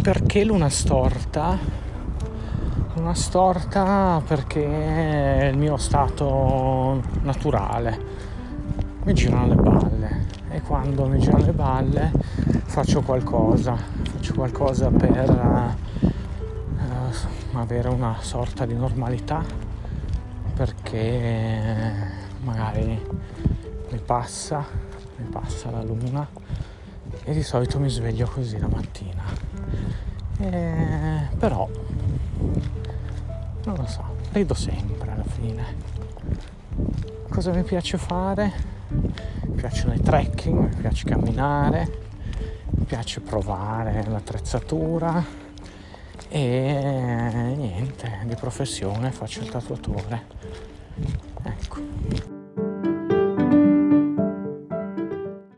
perché luna storta? Luna storta perché è il mio stato naturale, mi girano le balle, e quando mi girano le balle faccio qualcosa per avere una sorta di normalità, perché magari mi passa la luna e di solito mi sveglio così la mattina. Però non lo so, rido sempre alla fine. Cosa mi piace fare? Mi piacciono i trekking, mi piace camminare, mi piace provare l'attrezzatura e niente, di professione faccio il tatuatore. Ecco.